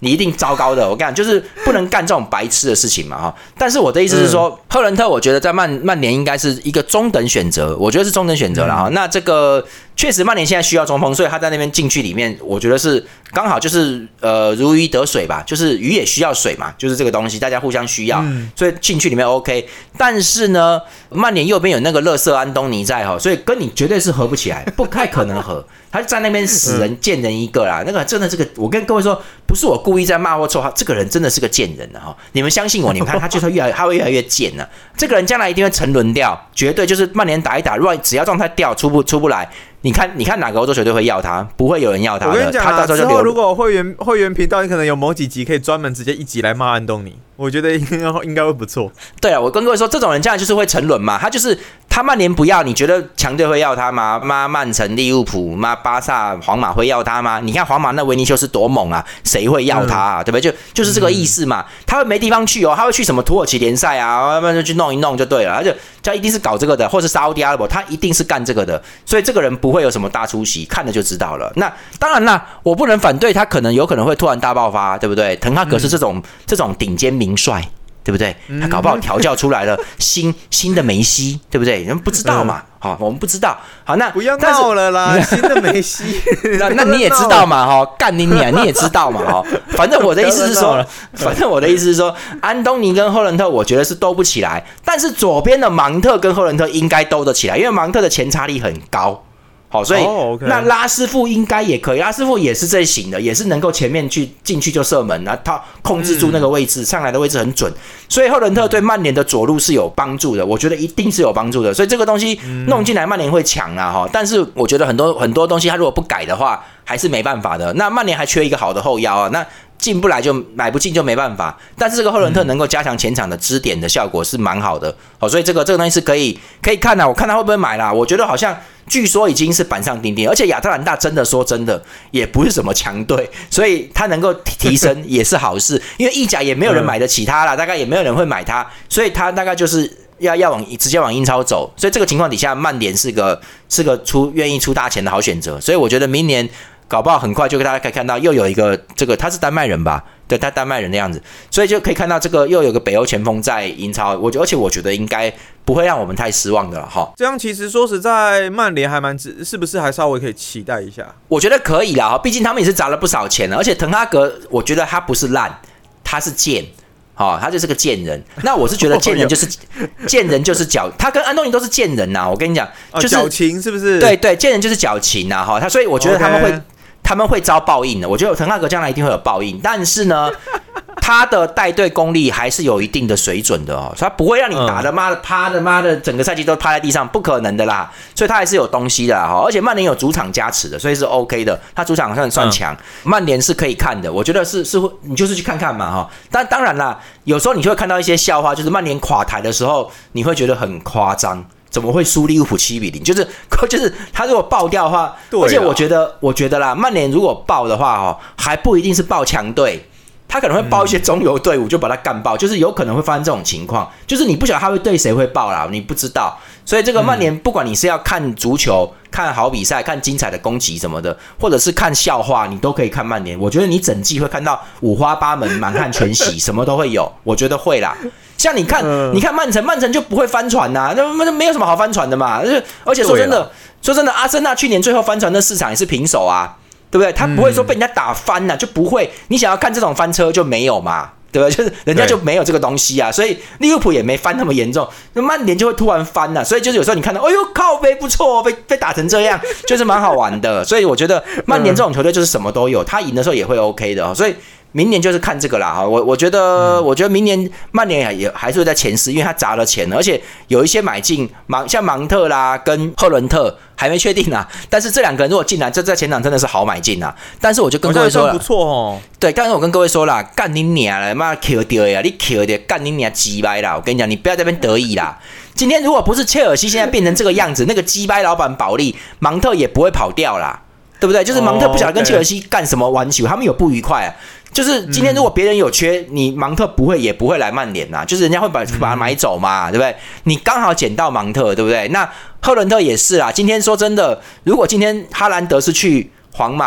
B: 你一定糟糕的。我跟你讲，就是不能干这种白痴的事情嘛哈。但是我的意思是说，嗯、赫伦特我觉得在曼曼联应该是一个中等选择，我觉得是中等选择了哈。嗯、那这个确实曼联现在需要中锋，所以他在那边禁区里面，我觉得是刚好就是呃如鱼得水吧，就是鱼也需要水嘛，就是这个东西大家互相需要，嗯、所以禁区里面 OK。但是呢，曼联右边有那个勒瑟安东尼在哈，所以跟你绝对是合不起来，不太可能合。他在那边死人见人一个啦，那个真的这个，我跟各位说，不是我故意在骂或臭他，这个人真的是个贱人哈！你们相信我，你们看他就是越来，他会越来越贱了。这个人将来一定会沉沦掉，绝对就是曼联打一打，如果只要状态掉出不出不来，你看你看哪个欧洲球队会要他？不会有人要他的。
A: 我跟你讲、啊，
B: 他到时候就
A: 之后如果会员会员频道，你可能有某几集可以专门直接一集来骂安东尼，我觉得应该应该会不错。
B: 对啊，我跟各位说，这种人将来就是会沉沦嘛，他就是他曼联不要，你觉得强队会要他吗？妈曼城、利物浦、妈巴萨、皇马会要他吗？你看皇马那维尼修斯多猛啊，谁会要他啊？嗯、对不对？就就是这个意思嘛。他会没地方去哦，他会去什么土耳其联赛啊，慢慢就去弄一弄就对了。他就他一定是搞这个的，或是沙烏地阿拉伯，他一定是干这个的。所以这个人不会有什么大出息，看了就知道了。那当然啦，我不能反对他，可能有可能会突然大爆发，对不对？滕哈格是这种、嗯、这种顶尖名帅。对不对？他搞不好调教出来了新新的梅西，对不对？人不知道嘛，好、嗯哦，我们不知道。好，那
A: 不要闹了啦，新的梅西。
B: 那那你也知道嘛，哈、哦，干你娘，你也知道嘛，哈、哦。反正我的意思是说，反正我的意思是说，安东尼跟赫伦特，我觉得是兜不起来，但是左边的芒特跟赫伦特应该兜得起来，因为芒特的前插力很高。好，所以、oh, okay. 那拉师傅应该也可以，拉师傅也是这型的，也是能够前面去进去就射门，然后他控制住那个位置，嗯、上来的位置很准，所以赫伦特对曼联的左路是有帮助的，我觉得一定是有帮助的，所以这个东西弄进来曼联会强啊哈，但是我觉得很多很多东西他如果不改的话，还是没办法的。那曼联还缺一个好的后腰啊，那进不来就买不进就没办法，但是这个赫伦特能够加强前场的支点的效果是蛮好的，好，所以这个这个东西是可以可以看的、啊，我看他会不会买啦，我觉得好像。据说已经是板上钉钉，而且亚特兰大真的说真的也不是什么强队，所以他能够提升也是好事。因为意甲也没有人买得起他啦，大概也没有人会买他，所以他大概就是要要往直接往英超走。所以这个情况底下，曼联是个是个出愿意出大钱的好选择。所以我觉得明年搞不好很快就大家可以看到又有一个这个他是丹麦人吧。对，他丹麦人的样子，所以就可以看到这个又有个北欧前锋在英超，我而且我觉得应该不会让我们太失望的了哈。
A: 这样其实说实在，曼联还蛮是不是还稍微可以期待一下？
B: 我觉得可以啦，毕竟他们也是砸了不少钱了，而且滕哈格，我觉得他不是烂，他是贱。哦，他就是个贱人。那我是觉得贱人就是贱人就是矫，他跟安东尼都是贱人呐、啊。我跟你讲，就是
A: 矫情是不是？
B: 对对，贱人就是矫情呐、啊。哈，他所以我觉得他们会。Okay.他们会遭报应的，我觉得滕哈格将来一定会有报应，但是呢，他的带队功力还是有一定的水准的哦，他不会让你打的妈的趴的妈的整个赛季都趴在地上，不可能的啦，所以他还是有东西的哈，而且曼联有主场加持的，所以是 OK 的，他主场算算强，曼联是可以看的，我觉得是是你就是去看看嘛哈，但当然啦，有时候你就会看到一些笑话，就是曼联垮台的时候，你会觉得很夸张。怎么会输利物浦七比零？就是就是他如果爆掉的话，而且我觉得我觉得啦，曼联如果爆的话哦，还不一定是爆强队，他可能会爆一些中游队伍就把他干爆，就是有可能会发生这种情况，就是你不晓得他会对谁会爆啦，你不知道。所以这个曼联，不管你是要看足球、看好比赛、看精彩的攻击什么的，或者是看笑话，你都可以看曼联。我觉得你整季会看到五花八门、满汉全席，什么都会有。我觉得会啦。像你看，嗯、你看曼城，曼城就不会翻船呐、啊，那没有什么好翻船的嘛。而且说真的，说真的，阿森纳去年最后翻船的市场也是平手啊，对不对？他不会说被人家打翻呐、啊，就不会。你想要看这种翻车就没有嘛。对吧？就是人家就没有这个东西啊，所以利物浦也没翻那么严重，那曼联就会突然翻了、啊，所以就是有时候你看到，哎呦靠北不错，被被打成这样，就是蛮好玩的。所以我觉得曼联这种球队就是什么都有，他赢的时候也会 OK 的，所以。明年就是看这个啦，我我觉得，我觉得明年曼联也还是会在前四，因为他砸了钱了，而且有一些买进，芒像芒特啦跟赫伦特还没确定啊，但是这两个人如果进来，这在前场真的是好买进啊。但是我就跟各位说了，
A: 不错哦。
B: 对，刚才我跟各位说了，干你娘了，妈 Q 掉呀，你 Q 掉，干你娘鸡掰啦！我跟你讲，你不要在那边得意啦。今天如果不是切尔西现在变成这个样子，那个鸡掰老板保利，芒特也不会跑掉啦。对不对？就是芒特不晓得跟切尔西干什么玩球， oh, okay. 他们有不愉快啊。就是今天如果别人有缺，你芒特不会也不会来曼联呐，就是人家会把把他买走嘛，对不对？你刚好捡到芒特，对不对？那赫伦特也是啦。今天说真的，如果今天哈兰德是去皇马，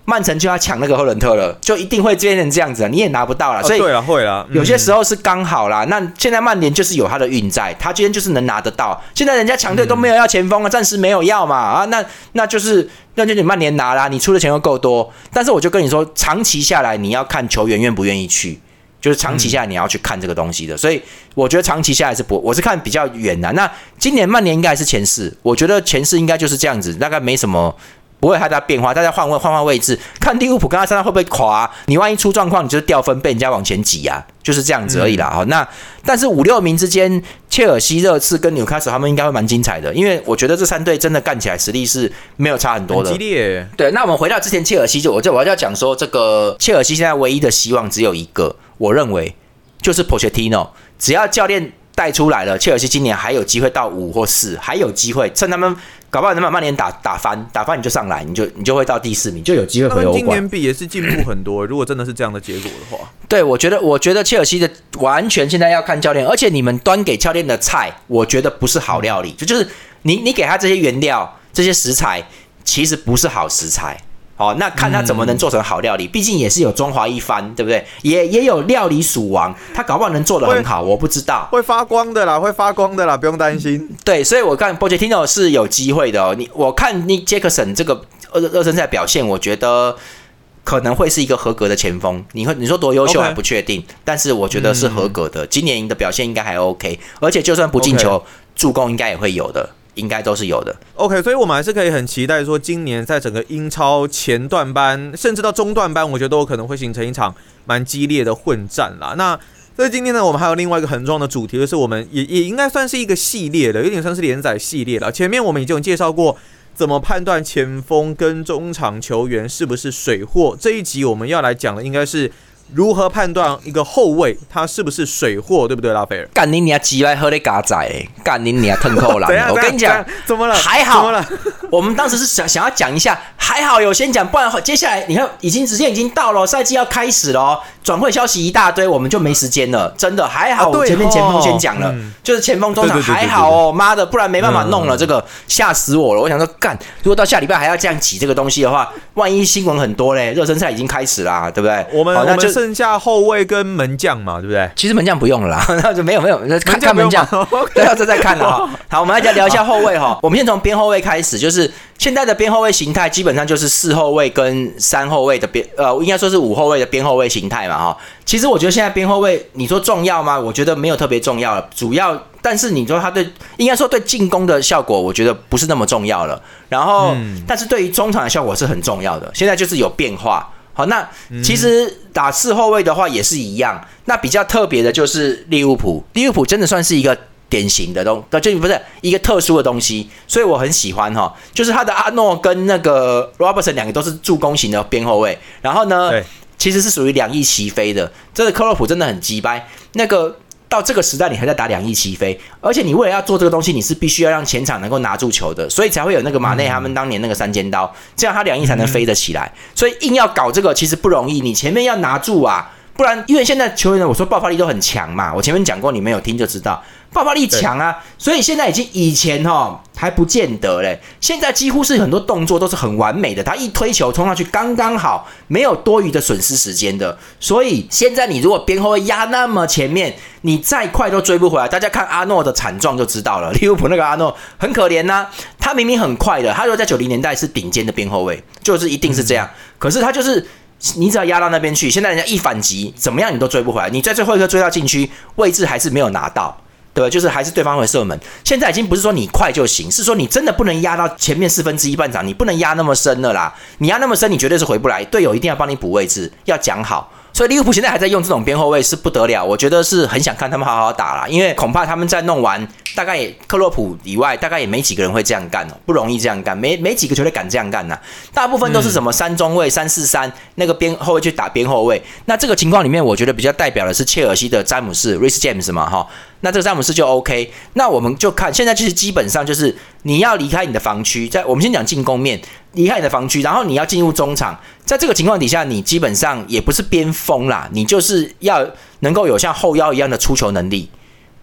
B: 曼城就要抢那个赫伦特了，就一定会变成这样子啊，你也拿不到了。所以
A: 对了，会了，
B: 有些时候是刚好啦。那现在曼联就是有他的运在，他今天就是能拿得到。现在人家强队都没有要前锋啊，暂时没有要嘛啊，那那就是那就你曼联拿啦，你出的钱又够多。但是我就跟你说，长期下来你要看球员愿不愿意去。就是长期下来你要去看这个东西的，所以我觉得长期下来是不，我是看比较远的。那今年曼联应该还是前四，我觉得前四应该就是这样子，大概没什么不会太大变化，大家换位换换位置，看利物浦跟阿森纳会不会垮、啊？你万一出状况，你就是掉分被人家往前挤啊，就是这样子而已啦。嗯、那但是五六名之间，切尔西、热刺跟纽卡斯他们应该会蛮精彩的，因为我觉得这三队真的干起来实力是没有差很多的，
A: 很激烈。
B: 对，那我们回到之前切尔西，就我就我要讲说，这个切尔西现在唯一的希望只有一个。我认为就是 Pochettino， 只要教练带出来了，切尔西今年还有机会到五或四，还有机会，趁他们搞不好能把曼联打打翻，打翻你就上来，你就你就会到第四名，就有机会回欧冠。
A: 今年比也是进步很多，如果真的是这样的结果的话，
B: 对，我觉得我觉得切尔西的完全现在要看教练，而且你们端给教练的菜，我觉得不是好料理，就就是你你给他这些原料、这些食材，其实不是好食材。哦，那看他怎么能做成好料理，毕竟也是有中华一番，对不对？也也有料理鼠王，他搞不好能做得很好，我不知道。
A: 会发光的啦，会发光的啦，不用担心。
B: 对，所以我看 Pochettino 是有机会的哦。你我看 Nick Jackson 这个热热身赛表现，我觉得可能会是一个合格的前锋。你会你说多优秀还不确定， okay. 但是我觉得是合格的。嗯、今年的表现应该还 OK， 而且就算不进球， okay. 助攻应该也会有的。应该都是有的
A: ，OK， 所以我们还是可以很期待说，今年在整个英超前段班，甚至到中段班，我觉得都有可能会形成一场蛮激烈的混战啦。那在今天呢，我们还有另外一个很重要的主题，就是我们也也应该算是一个系列了，有点像是连载系列了。前面我们已经有介绍过怎么判断前锋跟中场球员是不是水货，这一集我们要来讲的应该是如何判断一个后卫他是不是水货，对不对，拉斐尔？
B: 干你娘鸡来喝的嘎仔，干你娘腾扣篮！我跟你讲，
A: 怎么了？
B: 还好，我们当时是想想要讲一下，还好有先讲，不然接下来你看，已经时间已经到了，赛季要开始了哦，转会消息一大堆，我们就没时间了。真的还好，我前面前锋先讲了，嗯、就是前锋中场还好哦，妈的，不然没办法弄了，嗯、这个吓死我了。我想说，干，如果到下礼拜还要这样挤这个东西的话，万一新闻很多嘞，热身赛已经开始啦，对不对？
A: 我们我们剩下后卫跟门将嘛，对不对？
B: 其实门将不用了啦，那就没有没有看看门将，对，要再再看了哈。好，我们来聊一下后卫哈。我们先从边后卫开始，就是现在的边后卫形态基本上就是四后卫跟三后卫的边，呃，应该说是五后卫的边后卫形态嘛哈。其实我觉得现在边后卫，你说重要吗？我觉得没有特别重要了，主要，但是你说他对，应该说对进攻的效果，我觉得不是那么重要了。然后，嗯、但是对于中场的效果是很重要的。现在就是有变化。好，那其实打四后卫的话也是一样。那比较特别的就是利物浦，利物浦真的算是一个典型的东，就不是一个特殊的东西，所以我很喜欢哈。就是他的阿诺跟那个 Robertson 两个都是助攻型的边后卫，然后呢，其实是属于两翼齐飞的。这个克洛普真的很鸡掰，那个。到这个时代，你还在打两翼齐飞，而且你为了要做这个东西，你是必须要让前场能够拿住球的，所以才会有那个马内他们当年那个三尖刀，这样他两翼才能飞得起来。所以硬要搞这个其实不容易，你前面要拿住啊，不然因为现在球员我说爆发力都很强嘛，我前面讲过，你们有听就知道。爆发力强啊，所以现在已经以前齁还不见得嘞，现在几乎是很多动作都是很完美的，他一推球冲上去刚刚好，没有多余的损失时间的。所以现在你如果边后卫压那么前面，你再快都追不回来。大家看阿诺的惨状就知道了，利物浦那个阿诺很可怜呐、啊，他明明很快的，他如果在九零年代是顶尖的边后卫，就是一定是这样，嗯、可是他就是。你只要压到那边去，现在人家一反击，怎么样你都追不回来。你在最后一刻追到禁区，位置还是没有拿到，对吧？就是还是对方会射门。现在已经不是说你快就行，是说你真的不能压到前面四分之一半场，你不能压那么深了啦。你压那么深，你绝对是回不来，队友一定要帮你补位置，要讲好。所以利物浦现在还在用这种边后卫是不得了，我觉得是很想看他们好好打啦，因为恐怕他们在弄完，大概也克洛普以外，大概也没几个人会这样干哦，不容易这样干，没没几个球队敢这样干呐、啊。大部分都是什么三中卫、三四三那个边后卫去打边后卫。那这个情况里面，我觉得比较代表的是切尔西的詹姆斯 （Reece James） 嘛，哈。那这个詹姆斯就 OK。那我们就看现在就是基本上就是你要离开你的防区，在我们先讲进攻面。离开你的防区，然后你要进入中场，在这个情况底下，你基本上也不是边锋啦，你就是要能够有像后腰一样的出球能力，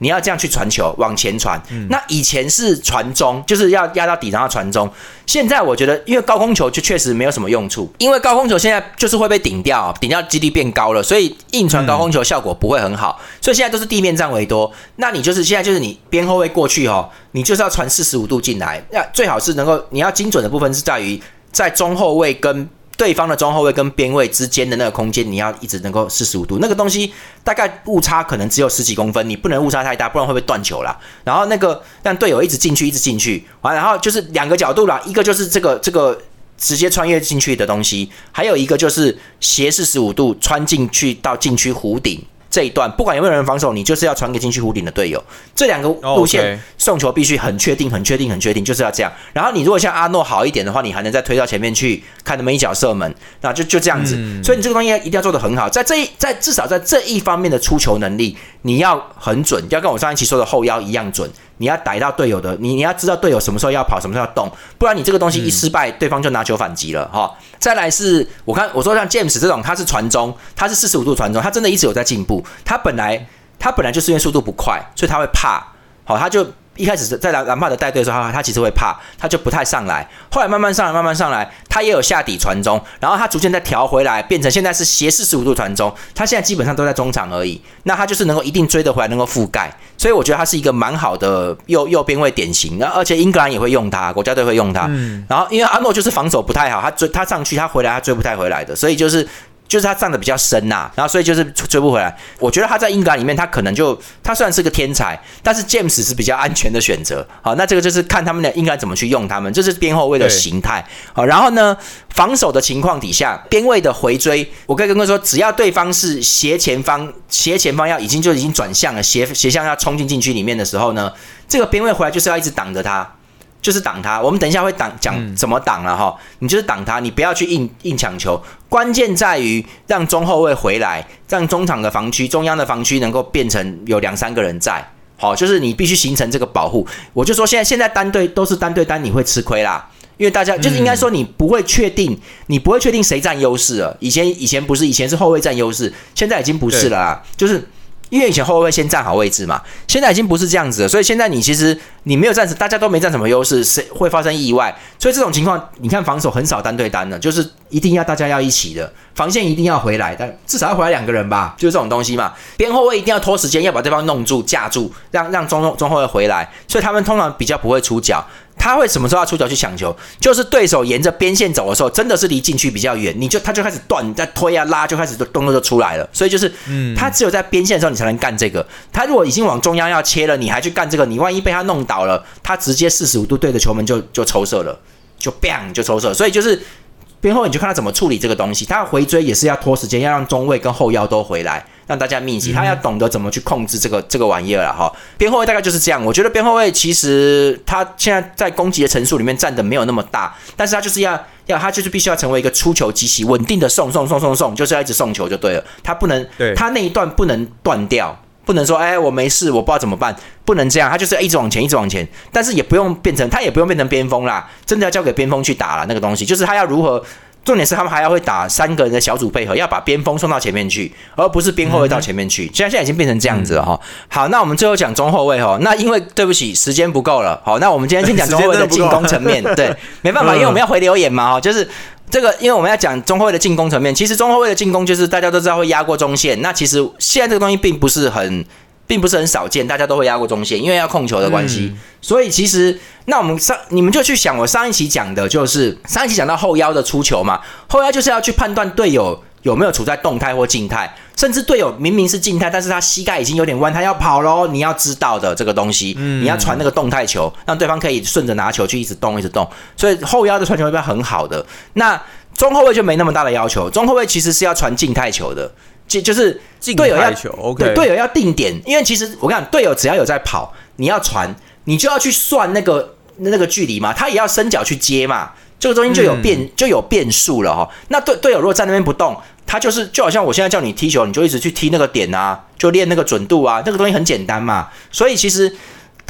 B: 你要这样去传球，往前传。嗯、那以前是传中，就是要压到底然后传中。现在我觉得，因为高空球就确实没有什么用处，因为高空球现在就是会被顶掉，顶掉几率变高了，所以硬传高空球效果不会很好。嗯、所以现在都是地面战为多。那你就是现在就是你边后卫过去哦，你就是要传四十五度进来，那最好是能够你要精准的部分是在于在中后卫跟对方的中后卫跟边卫之间的那个空间，你要一直能够四十五度，那个东西大概误差可能只有十几公分，你不能误差太大，不然会被断球啦。然后那个让队友一直进去，一直进去，然后就是两个角度啦，一个就是这个这个直接穿越进去的东西，还有一个就是斜四十五度穿进去到禁区弧顶。这一段不管有没有人防守，你就是要传给禁区弧顶的队友。这两个路线送球必须很确定、很确定、很确定，就是要这样。然后你如果像阿诺好一点的话，你还能再推到前面去，看能不能一脚射门，那就就这样子。嗯、所以你这个东西一定要做得很好，在这一在至少在这一方面的出球能力，你要很准，要跟我上一期说的后腰一样准。你要逮到队友的，你你要知道队友什么时候要跑，什么时候要动，不然你这个东西一失败，嗯、对方就拿球反击了哈。再来是我看我说像 James 这种，他是传中，他是四十五度传中，他真的一直有在进步。他本来他本来就是因为速度不快，所以他会怕，好，他就一开始在兰帕德带队的时候，他他其实会怕，他就不太上来。后来慢慢上来，慢慢上来，他也有下底传中，然后他逐渐再调回来，变成现在是斜四十五度传中。他现在基本上都在中场而已，那他就是能够一定追得回来，能够覆盖。所以我觉得他是一个蛮好的右右边卫典型，然后而且英格兰也会用他，国家队会用他。嗯、然后因为阿诺就是防守不太好，他追他上去，他回来他追不太回来的，所以就是。就是他站得比较深呐、啊，然后所以就是追不回来。我觉得他在英格兰里面，他可能就他虽然是个天才，但是 James 是比较安全的选择。好，那这个就是看他们的英格兰怎么去用他们，这是边后卫的形态。好，然后呢，防守的情况底下，边卫的回追，我可以跟各位说，只要对方是斜前方，斜前方要已经就已经转向了，斜斜向要冲进禁区里面的时候呢，这个边卫回来就是要一直挡着他。就是挡他，我们等一下会挡讲怎么挡了哈。你就是挡他，你不要去硬硬抢球。关键在于让中后卫回来，让中场的防区、中央的防区能够变成有两三个人在。好，就是你必须形成这个保护。我就说现在现在单队都是单对单，你会吃亏啦，因为大家就是应该说你不会确定，你不会确定谁占优势了。以前以前不是，以前是后卫占优势，现在已经不是了啦，就是。因为以前后卫会先站好位置嘛，现在已经不是这样子了，所以现在你其实你没有站，大家都没占什么优势，谁会发生意外？所以这种情况，你看防守很少单对单的，就是一定要大家要一起的，防线一定要回来，但至少要回来两个人吧，就是这种东西嘛。边后卫一定要拖时间，要把对方弄住、架住，让让中中后卫回来，所以他们通常比较不会出脚。他会什么时候要出脚去抢球？就是对手沿着边线走的时候，真的是离禁区比较远，你就他就开始断，在推啊拉，就开始动作就出来了。所以就是，嗯，他只有在边线的时候你才能干这个。他如果已经往中央要切了，你还去干这个，你万一被他弄倒了，他直接四十五度对着球门就就抽射了，就 bang 就抽射。所以就是边后你就看他怎么处理这个东西。他回追也是要拖时间，要让中卫跟后腰都回来。让大家密集，他要懂得怎么去控制这个这个玩意儿了哈。边后卫大概就是这样，我觉得边后卫其实他现在在攻击的层数里面占的没有那么大，但是他就是要要他就是必须要成为一个出球机器，稳定的送送送送送，就是要一直送球就对了。他不能，他那一段不能断掉，不能说哎我没事，我不知道怎么办，不能这样，他就是一直往前一直往前，但是也不用变成他也不用变成边锋啦，真的要交给边锋去打了那个东西，就是他要如何。重点是他们还要会打三个人的小组配合，要把边锋送到前面去，而不是边后卫到前面去。现在现在已经变成这样子了哈。好，那我们最后讲中后卫哈。那因为对不起，时间不够了。好，那我们今天先讲中后卫的进攻层面。对，没办法，因为我们要回留言嘛哈。就是这个，因为我们要讲中后卫的进攻层面。其实中后卫的进攻就是大家都知道会压过中线。那其实现在这个东西并不是很。并不是很少见，大家都会压过中线，因为要控球的关系、嗯。所以其实，那我们上你们就去想，我上一期讲的就是上一期讲到后腰的出球嘛，后腰就是要去判断队友有没有处在动态或静态，甚至队友明明是静态，但是他膝盖已经有点弯，他要跑咯，你要知道的这个东西，嗯、你要传那个动态球，让对方可以顺着拿球去一直动一直动，所以后腰的传球会很好的。那中后卫就没那么大的要求，中后卫其实是要传静态球的。就是队友要对队友要定点，因为其实我跟你讲，队友只要有在跑，你要传，你就要去算那个那个距离嘛，他也要伸脚去接嘛，这个东西就有变、嗯、就有变数了哈。那队队友如果在那边不动，他就是就好像我现在叫你踢球，你就一直去踢那个点啊，就练那个准度啊，那个东西很简单嘛。所以其实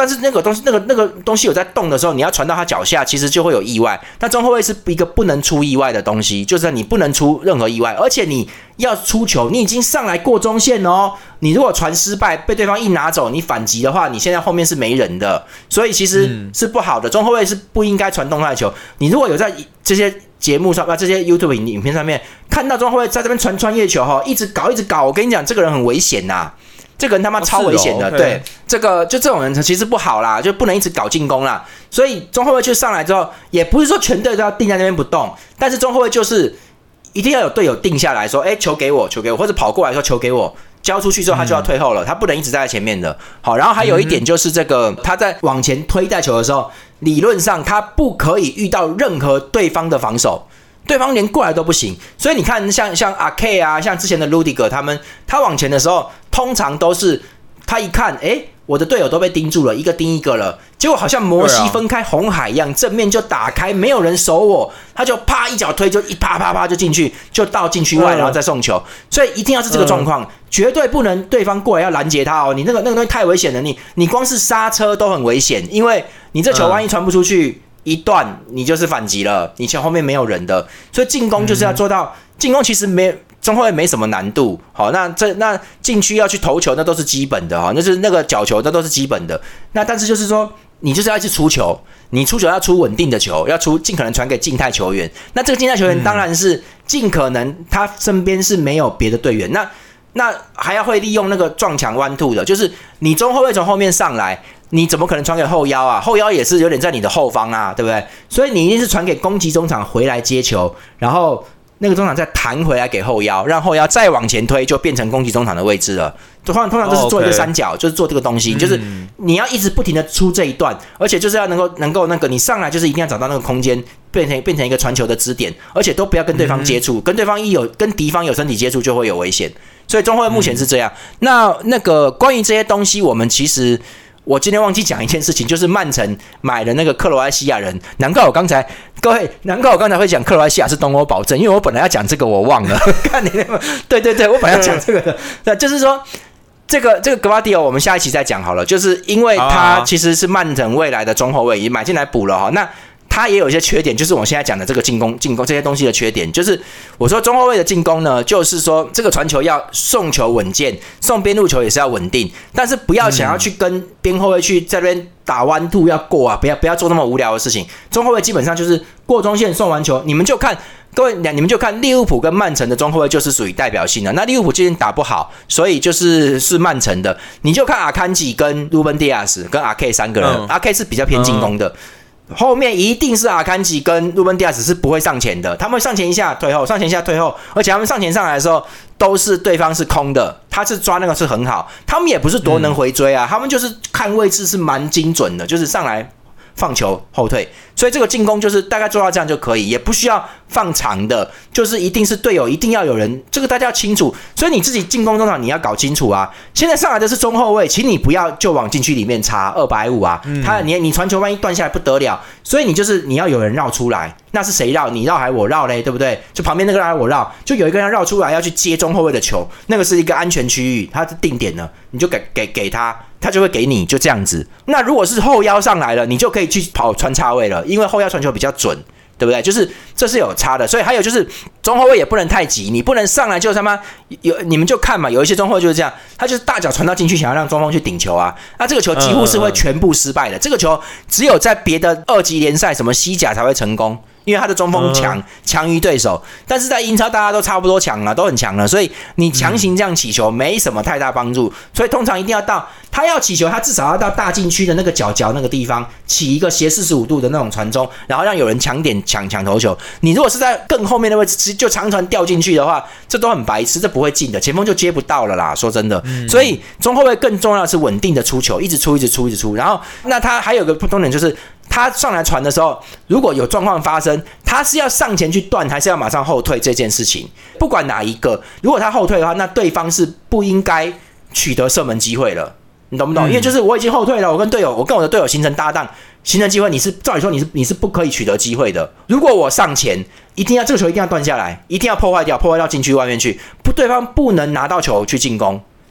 B: 但是那个东西，那个那个东西有在动的时候，你要传到他脚下，其实就会有意外。那中后卫是一个不能出意外的东西，就是你不能出任何意外，而且你要出球，你已经上来过中线哦。你如果传失败，被对方一拿走，你反击的话，你现在后面是没人的，所以其实是不好的。中后卫是不应该传动态球。你如果有在这些节目上，啊，这些 YouTube 影片上面看到中后卫在这边传穿越球哈，一直搞一直搞，我跟你讲，这个人很危险呐、啊。这个人他妈超危险的，哦哦 okay、对，这个就这种人其实不好啦，就不能一直搞进攻啦。所以中后卫就上来之后，也不是说全队都要定在那边不动，但是中后卫就是一定要有队友定下来说，哎，球给我，球给我，或者跑过来说球给我，交出去之后他就要退后了，嗯、他不能一直在前面的。好，然后还有一点就是这个、嗯、他在往前推带球的时候，理论上他不可以遇到任何对方的防守。对方连过来都不行，所以你看像像阿 K 啊，像之前的 Rudiger 他们，他往前的时候，通常都是他一看，哎，我的队友都被盯住了，一个盯一个了，结果好像摩西分开红海一样，正面就打开，没有人守我，他就啪一脚推，就一啪啪啪就进去，就到禁区外，然后再送球，所以一定要是这个状况，绝对不能对方过来要拦截他哦，你那个那个东西太危险了，你你光是刹车都很危险，因为你这球万一传不出去。一段你就是反击了，你前后面没有人的，所以进攻就是要做到、嗯、进攻其实没中后卫没什么难度，好，那这那禁区要去投球那都是基本的哈，那是那个角球那都是基本的，那但是就是说你就是要去出球，你出球要出稳定的球，要出尽可能传给静态球员，那这个静态球员当然是尽可能他身边是没有别的队员，那那还要会利用那个撞墙弯兔的，就是你中后卫从后面上来。你怎么可能传给后腰啊？后腰也是有点在你的后方啊，对不对？所以你一定是传给攻击中场回来接球，然后那个中场再弹回来给后腰，让后腰再往前推，就变成攻击中场的位置了。通常通常都是做一个三角， oh, okay. 就是做这个东西，嗯、就是你要一直不停的出这一段，而且就是要能够能够那个你上来就是一定要找到那个空间，变成变成一个传球的支点，而且都不要跟对方接触，嗯、跟对方一有跟敌方有身体接触就会有危险。所以中后卫目前是这样。嗯、那那个关于这些东西，我们其实。我今天忘记讲一件事情，就是曼城买了那个克罗埃西亚人，难怪我刚才各位，难怪我刚才会讲克罗埃西亚是东欧保证，因为我本来要讲这个我忘了，看你那么，对对对，我本来要讲这个的，那就是说这个这个格瓦迪奥，我们下一期再讲好了，就是因为他其实是曼城未来的中后卫，也买进来补了哈，那。他也有一些缺点，就是我现在讲的这个进攻、进攻这些东西的缺点，就是我说中后卫的进攻呢，就是说这个传球要送球稳健，送边路球也是要稳定，但是不要想要去跟边后卫去在那边打弯兔要过啊，不要不要做那么无聊的事情。中后卫基本上就是过中线送完球，你们就看各位，你们就看利物浦跟曼城的中后卫就是属于代表性的。那利物浦今天打不好，所以就是是曼城的，你就看阿坎吉跟鲁本迪亚斯跟阿 K 三个人，嗯、阿 K 是比较偏进攻的。嗯后面一定是阿坎吉跟鲁本迪亚斯是不会上前的，他们会上前一下退后，上前一下退后，而且他们上前上来的时候都是对方是空的，他是抓那个是很好，他们也不是多能回追啊，嗯、他们就是看位置是蛮精准的，就是上来放球后退，所以这个进攻就是大概做到这样就可以，也不需要放长的，就是一定是队友一定要有人，这个大家要清楚，所以你自己进攻中场你要搞清楚啊。现在上来的是中后卫，请你不要就往禁区里面插二百五啊，嗯、他你你传球万一断下来不得了，所以你就是你要有人绕出来，那是谁绕？你绕还是我绕嘞？对不对？就旁边那个让我绕，就有一个人绕出来要去接中后卫的球，那个是一个安全区域，他是定点了，你就给给给他。他就会给你，就这样子。那如果是后腰上来了，你就可以去跑穿插位了，因为后腰传球比较准，对不对？就是这是有差的。所以还有就是中后卫也不能太急，你不能上来就他妈有你们就看嘛，有一些中后卫就是这样，他就是大脚传到禁区，想要让中锋去顶球啊，那这个球几乎是会全部失败的。嗯嗯嗯这个球只有在别的二级联赛，什么西甲才会成功。因为他的中锋强强于对手，但是在英超大家都差不多强了，都很强了，所以你强行这样起球没什么太大帮助。所以通常一定要到他要起球，他至少要到大禁区的那个角角那个地方起一个斜四十五度的那种传中，然后让有人抢点抢抢头球。你如果是在更后面的位置，就长传掉进去的话，这都很白痴，这不会进的，前锋就接不到了啦。说真的，嗯、所以中后卫更重要的是稳定的出球，一直出，一直出，一直出。然后那他还有个重点就是。他上来传的时候，如果有状况发生，他是要上前去断，还是要马上后退这件事情，不管哪一个，如果他后退的话，那对方是不应该取得射门机会了，你懂不懂？嗯、因为就是我已经后退了，我跟队友，我跟我的队友形成搭档，形成机会，你是照理说你是你是不可以取得机会的。如果我上前，一定要这个球一定要断下来，一定要破坏掉，破坏到禁区外面去，不对方不能拿到球去进攻。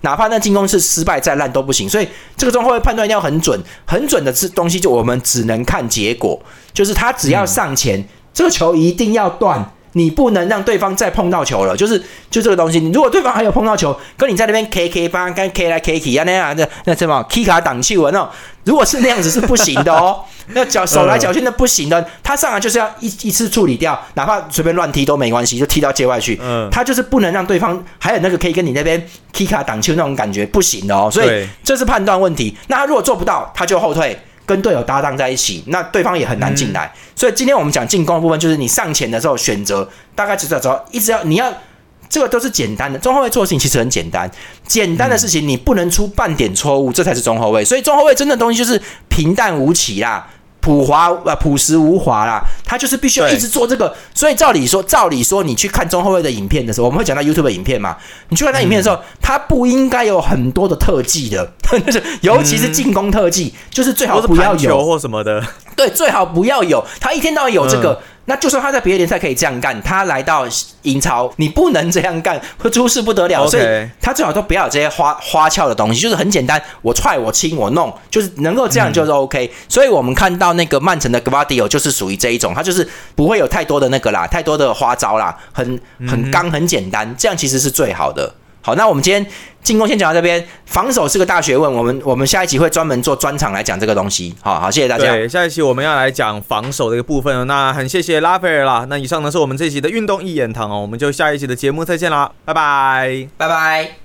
B: 哪怕那进攻是失败再烂都不行。所以这个中后卫判断一定要很准，很准的东西就我们只能看结果，就是他只要上前，嗯、这个球一定要断。你不能让对方再碰到球了，就是就这个东西。如果对方还有碰到球，跟你在那边 K K 帮跟 K 来 K K 啊那样那那什么 K 卡挡球啊那种，如果是那样子是不行的哦。那脚手来脚去那不行的，他上来就是要一一次处理掉，哪怕随便乱踢都没关系，就踢到界外去。嗯，他就是不能让对方还有那个可以跟你那边 K 卡挡球那种感觉不行的哦。所以这是判断问题。那他如果做不到，他就后退。跟队友搭档在一起，那对方也很难进来。嗯、所以今天我们讲进攻的部分，就是你上前的时候选择，大概只知道一直要你要这个都是简单的。中后卫做的事情其实很简单，简单的事情你不能出半点错误，这才是中后卫。所以中后卫真的东西就是平淡无奇啦。朴华啊，朴实无华啦，他就是必须要一直做这个。所以照理说，照理说，你去看中后卫的影片的时候，我们会讲到 YouTube 的影片嘛？你去看他影片的时候，嗯、他不应该有很多的特技的，就是尤其是进攻特技，嗯、就是最好不要有
A: 球或什么的。
B: 对，最好不要有。他一天到晚有这个。嗯那就算他在别的联赛可以这样干，他来到英超，你不能这样干，会出事不得了。Okay. 所以他最好都不要有这些花花俏的东西，就是很简单，我踹我亲我弄，就是能够这样就是 OK、嗯。所以我们看到那个曼城的 Gvardiol 就是属于这一种，他就是不会有太多的那个啦，太多的花招啦，很很刚很简单，这样其实是最好的。好，那我们今天进攻先讲到这边，防守是个大学问，我们我们下一集会专门做专场来讲这个东西。好好，谢谢大家。
A: 对，下一期我们要来讲防守的一个部分，那很谢谢拉斐尔啦。那以上呢是我们这一集的运动一言堂哦，我们就下一集的节目再见啦，拜拜，
B: 拜拜。